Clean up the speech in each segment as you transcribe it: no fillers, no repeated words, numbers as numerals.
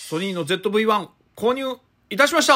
ソニーの ZV-1 購入いたしました。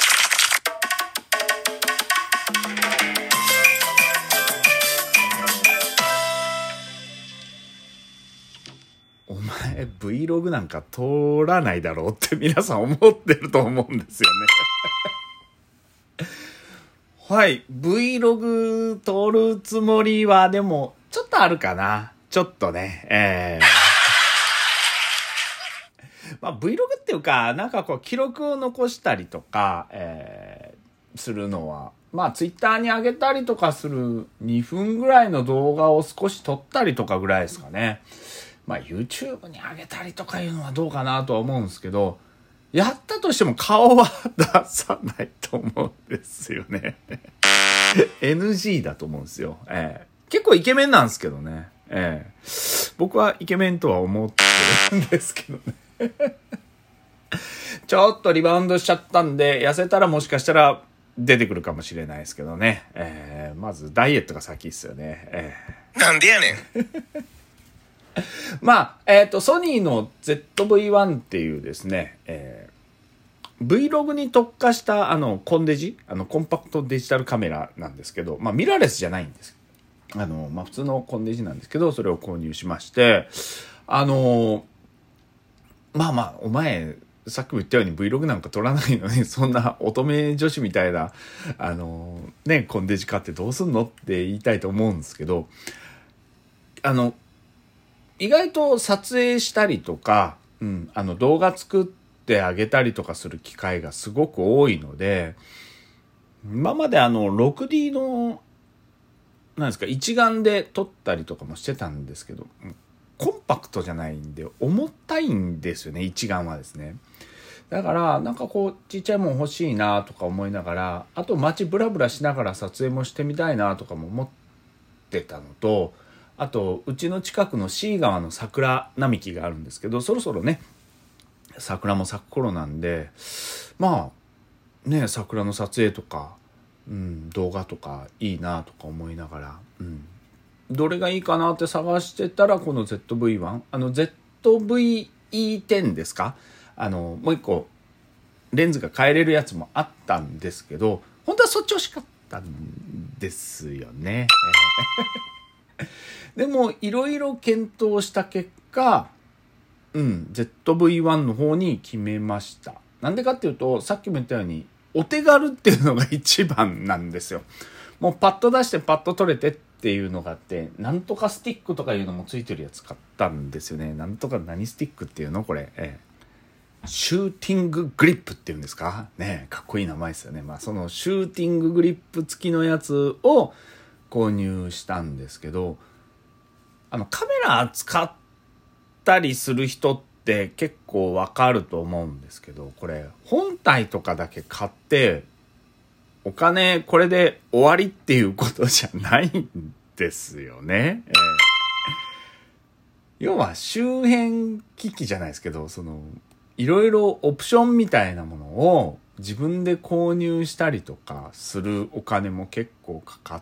お前 Vlog なんか撮らないだろうって皆さん思ってると思うんですよね。はい、Vlog 撮るつもりはでもちょっとあるかな。ちょっとね、まあ Vlog っていうかなんかこう記録を残したりとか、するのはまあ Twitter に上げたりとかする2分ぐらいの動画を少し撮ったりとかぐらいですかね。まあ YouTube に上げたりとかいうのはどうかなとは思うんですけど、やったとしても顔は出さないと思うんですよね。NG だと思うんですよ。結構イケメンなんですけどね。僕はイケメンとは思ってるんですけどね。ちょっとリバウンドしちゃったんで、痩せたらもしかしたら出てくるかもしれないですけどね。まずダイエットが先ですよね。 なんでやねん。 まあ、ソニーの ZV-1 っていうですね、Vlog に特化したコンデジ、コンパクトデジタルカメラなんですけど、まあミラーレスじゃないんです。まあ普通のコンデジなんですけど、それを購入しまして、まあお前さっきも言ったように Vlog なんか撮らないのにそんな乙女女子みたいなコンデジ買ってどうすんのって言いたいと思うんですけど、意外と撮影したりとか、動画作ってあげたりとかする機会がすごく多いので、今まで6D のなんですか一眼で撮ったりとかもしてたんですけど、コンパクトじゃないんで重たいんですよね、一眼はですね。だからなんかこうちっちゃいもん欲しいなとか思いながら、あと街ブラブラしながら撮影もしてみたいなとかも思ってたのと、あとうちの近くのシー川の桜並木があるんですけど、そろそろね桜も咲く頃なんで、まあね桜の撮影とか、動画とかいいなとか思いながら、どれがいいかなって探してたらこの ZV-1、ZV-E10 ですか、もう一個レンズが変えれるやつもあったんですけど、本当はそっち欲しかったんですよね。でもいろいろ検討した結果、ZV-1 の方に決めました。なんでかっていうと、さっきも言ったようにお手軽っていうのが一番なんですよ。もうパッと出してパッと撮れてっていうのがあって、なんとかスティックとかいうのもついてるやつ買ったんですよね。なんとか何スティックっていうのこれ、シューティンググリップっていうんですかね、かっこいい名前ですよね。まあそのシューティンググリップ付きのやつを購入したんですけど、カメラ使ったりする人って結構わかると思うんですけど、これ本体とかだけ買ってお金これで終わりっていうことじゃないんですよね。要は周辺機器じゃないですけど、いろいろオプションみたいなものを自分で購入したりとかするお金も結構かかって、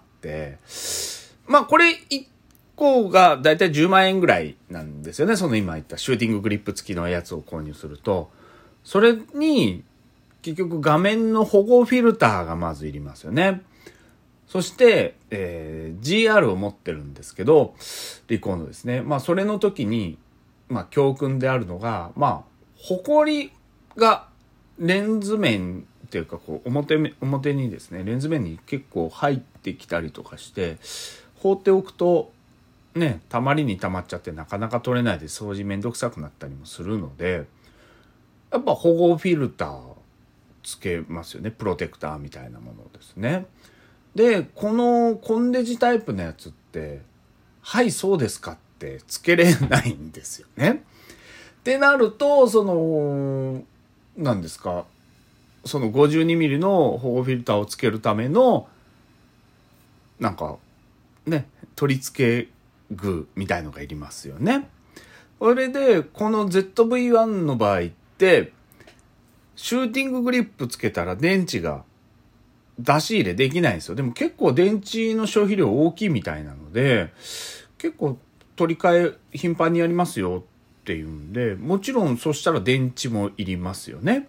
まあこれ1個がだいたい10万円ぐらいなんですよね。その今言ったシューティンググリップ付きのやつを購入すると、それに結局画面の保護フィルターがまずいりますよね。そして、GR を持ってるんですけど、リコーのですね。まあそれの時に、まあ教訓であるのが、まあホコリがレンズ面っていうかこう表にですね、レンズ面に結構入ってきたりとかして放っておくとね、たまりにたまっちゃってなかなか取れないで掃除めんどくさくなったりもするので、やっぱ保護フィルターつけますよね。プロテクターみたいなものですね。でこのコンデジタイプのやつってはいそうですかってつけれないんですよね。ってなると何ですか、その 52mm の保護フィルターをつけるためのなんかね取り付け具みたいのがいりますよね。それでこの ZV-1 の場合ってシューティンググリップつけたら電池が出し入れできないんですよ。でも結構電池の消費量大きいみたいなので、結構取り替え頻繁にやりますよっていうんで、もちろんそしたら電池もいりますよね。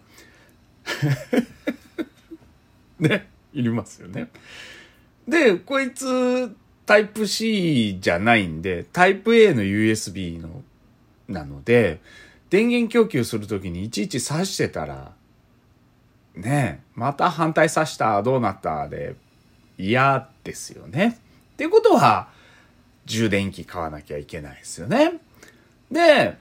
ね、いりますよね。で、こいつタイプ C じゃないんで、タイプ A の USB のなので、電源供給するときにいちいち挿してたら、ね、また反対挿したどうなったで嫌ですよね。っていうことは、充電器買わなきゃいけないですよね。で、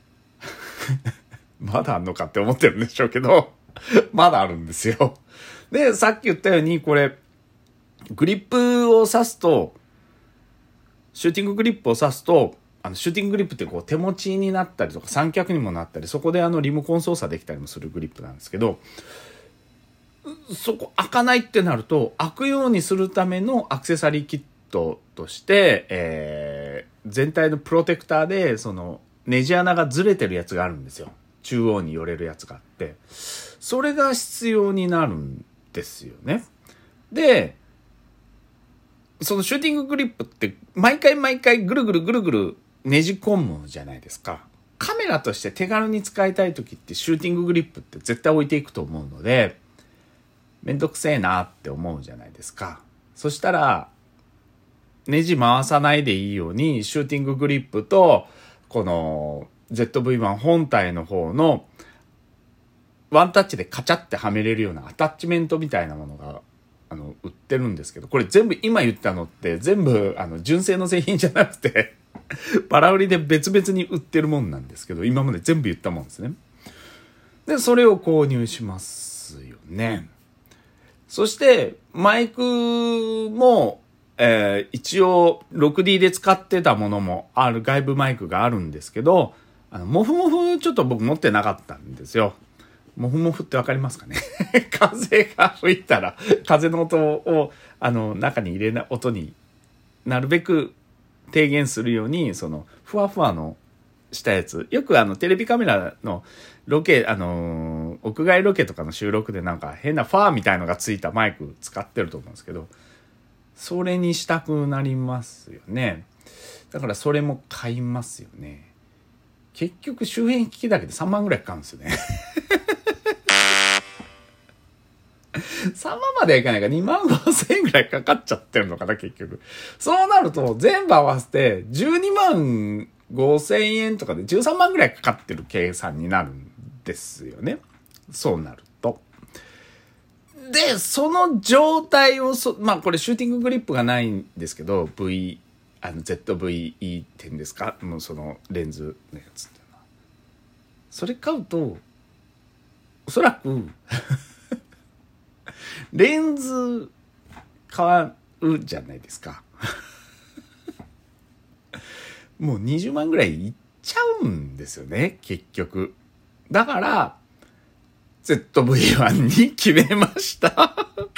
まだあんのかって思ってるんでしょうけど、まだあるんですよ。で、さっき言ったように、これ、グリップを刺すと、シューティンググリップを刺すと、シューティンググリップってこう手持ちになったりとか三脚にもなったり、そこでリモコン操作できたりもするグリップなんですけど、そこ開かないってなると、開くようにするためのアクセサリーキットとして、全体のプロテクターで、そのネジ穴がずれてるやつがあるんですよ。中央に寄れるやつがあって。それが必要になるんですよね。で、そのシューティンググリップって毎回ぐるぐるねじ込むじゃないですか。カメラとして手軽に使いたい時ってシューティンググリップって絶対置いていくと思うので、めんどくせえなって思うじゃないですか。そしたら、ネジ回さないでいいようにシューティンググリップとこの ZV-1 本体の方のワンタッチでカチャってはめれるようなアタッチメントみたいなものが売ってるんですけど、これ全部今言ったのって全部純正の製品じゃなくてバラ売りで別々に売ってるもんなんですけど、今まで全部言ったもんですね。で、それを購入しますよね。そしてマイクも、一応 6D で使ってたものもある、外部マイクがあるんですけど、モフモフちょっと僕持ってなかったんですよ。モフモフってわかりますかね風が吹いたら、風の音を、中に入れない音になるべく低減するように、その、ふわふわのしたやつ。よくテレビカメラのロケ、屋外ロケとかの収録でなんか変なファーみたいのがついたマイク使ってると思うんですけど、それにしたくなりますよね。だからそれも買いますよね。結局周辺機器だけで3万ぐらいかかるんですよね。3万まではいかないから2万5千円ぐらいかかっちゃってるのかな、結局。そうなると全部合わせて12万5千円とかで13万ぐらいかかってる計算になるんですよね。そうなると。で、その状態をまあこれシューティンググリップがないんですけど、ZVE ってんですか、もうそのレンズのやつっていうのは。それ買うと、おそらく、レンズ変わるじゃないですか。もう20万ぐらいいっちゃうんですよね、結局。だから、ZV-1 に決めました。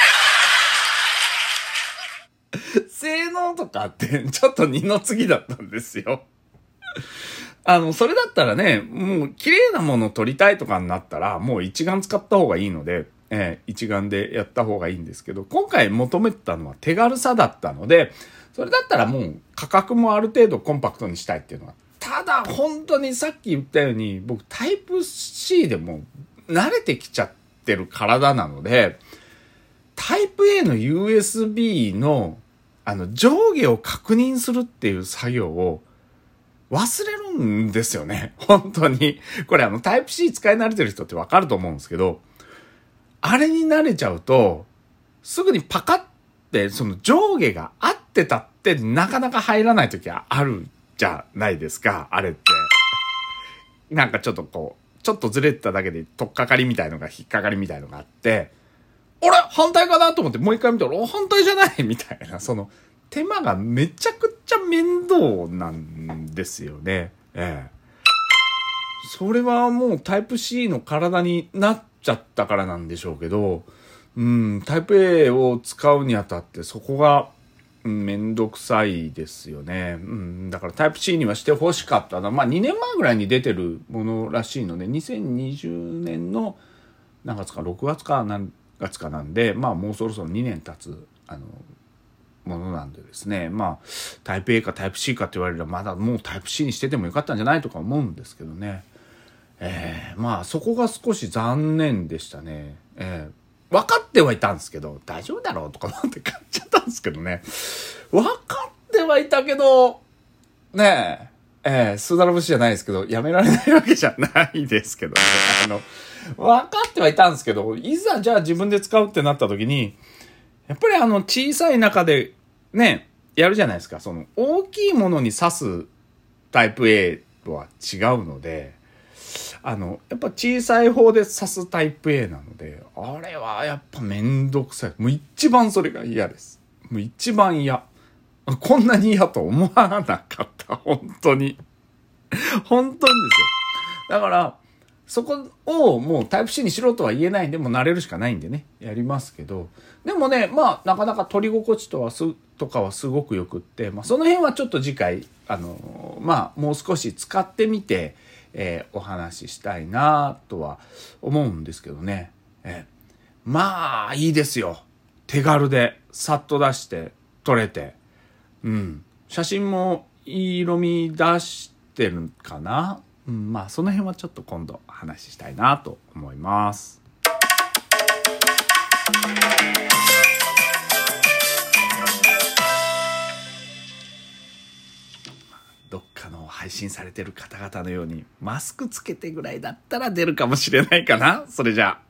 性能とかってちょっと二の次だったんですよ。それだったらね、もう綺麗なもの撮りたいとかになったら、もう一眼使った方がいいので、一眼でやった方がいいんですけど、今回求めてたのは手軽さだったので、それだったらもう価格もある程度コンパクトにしたいっていうのは。ただ本当にさっき言ったように、僕タイプ C でも慣れてきちゃってる体なので、タイプ A の USB の上下を確認するっていう作業を忘れるんですよね。本当に。これタイプ C 使い慣れてる人ってわかると思うんですけど、あれに慣れちゃうと、すぐにパカってその上下が合ってたってなかなか入らない時はあるじゃないですか、あれって。なんかちょっとこう、ちょっとずれてただけで取っかかりみたいのが引っかかりみたいのがあって、あれ反対かなと思ってもう一回見たら、反対じゃないみたいな、その手間がめちゃくちゃ面倒なんですよね。それはもうタイプ C の体になっちゃったからなんでしょうけど、タイプ A を使うにあたってそこが、めんどくさいですよね。だからタイプ C にはしてほしかったな。まあ2年前ぐらいに出てるものらしいので、2020年の何月か6月か何月かなんで、まあもうそろそろ2年経つものなんでですね、まあ、タイプ A かタイプ C かって言われれば、まだもうタイプ C にしててもよかったんじゃないとか思うんですけどね。まあ、そこが少し残念でしたね。分かってはいたんですけど、大丈夫だろうとか思って買っちゃったんですけどね。分かってはいたけど、ねスーダラ節じゃないですけど、やめられないわけじゃないですけどね。分かってはいたんですけど、いざじゃあ自分で使うってなった時に、やっぱり小さい中でね、やるじゃないですか。その大きいものに刺すタイプ A とは違うので、やっぱ小さい方で刺すタイプ A なので、あれはやっぱめんどくさい。もう一番それが嫌です。もう一番嫌。こんなに嫌と思わなかった。本当に。本当にですよ。だから、そこをもうタイプ C にしろとは言えないんで、もう慣れるしかないんでね、やりますけど。でもね、まあ、なかなか取り心地とかはすごくよくって、まあ、その辺はちょっと次回、まあ、もう少し使ってみて、お話ししたいなとは思うんですけどね。まあ、いいですよ。手軽で、さっと出して、撮れて。うん。写真もいい色味出してるかな。うん、まあ、その辺はちょっと今度話したいなと思います。どっかの配信されてる方々のようにマスクつけてぐらいだったら出るかもしれないかな。それじゃあ。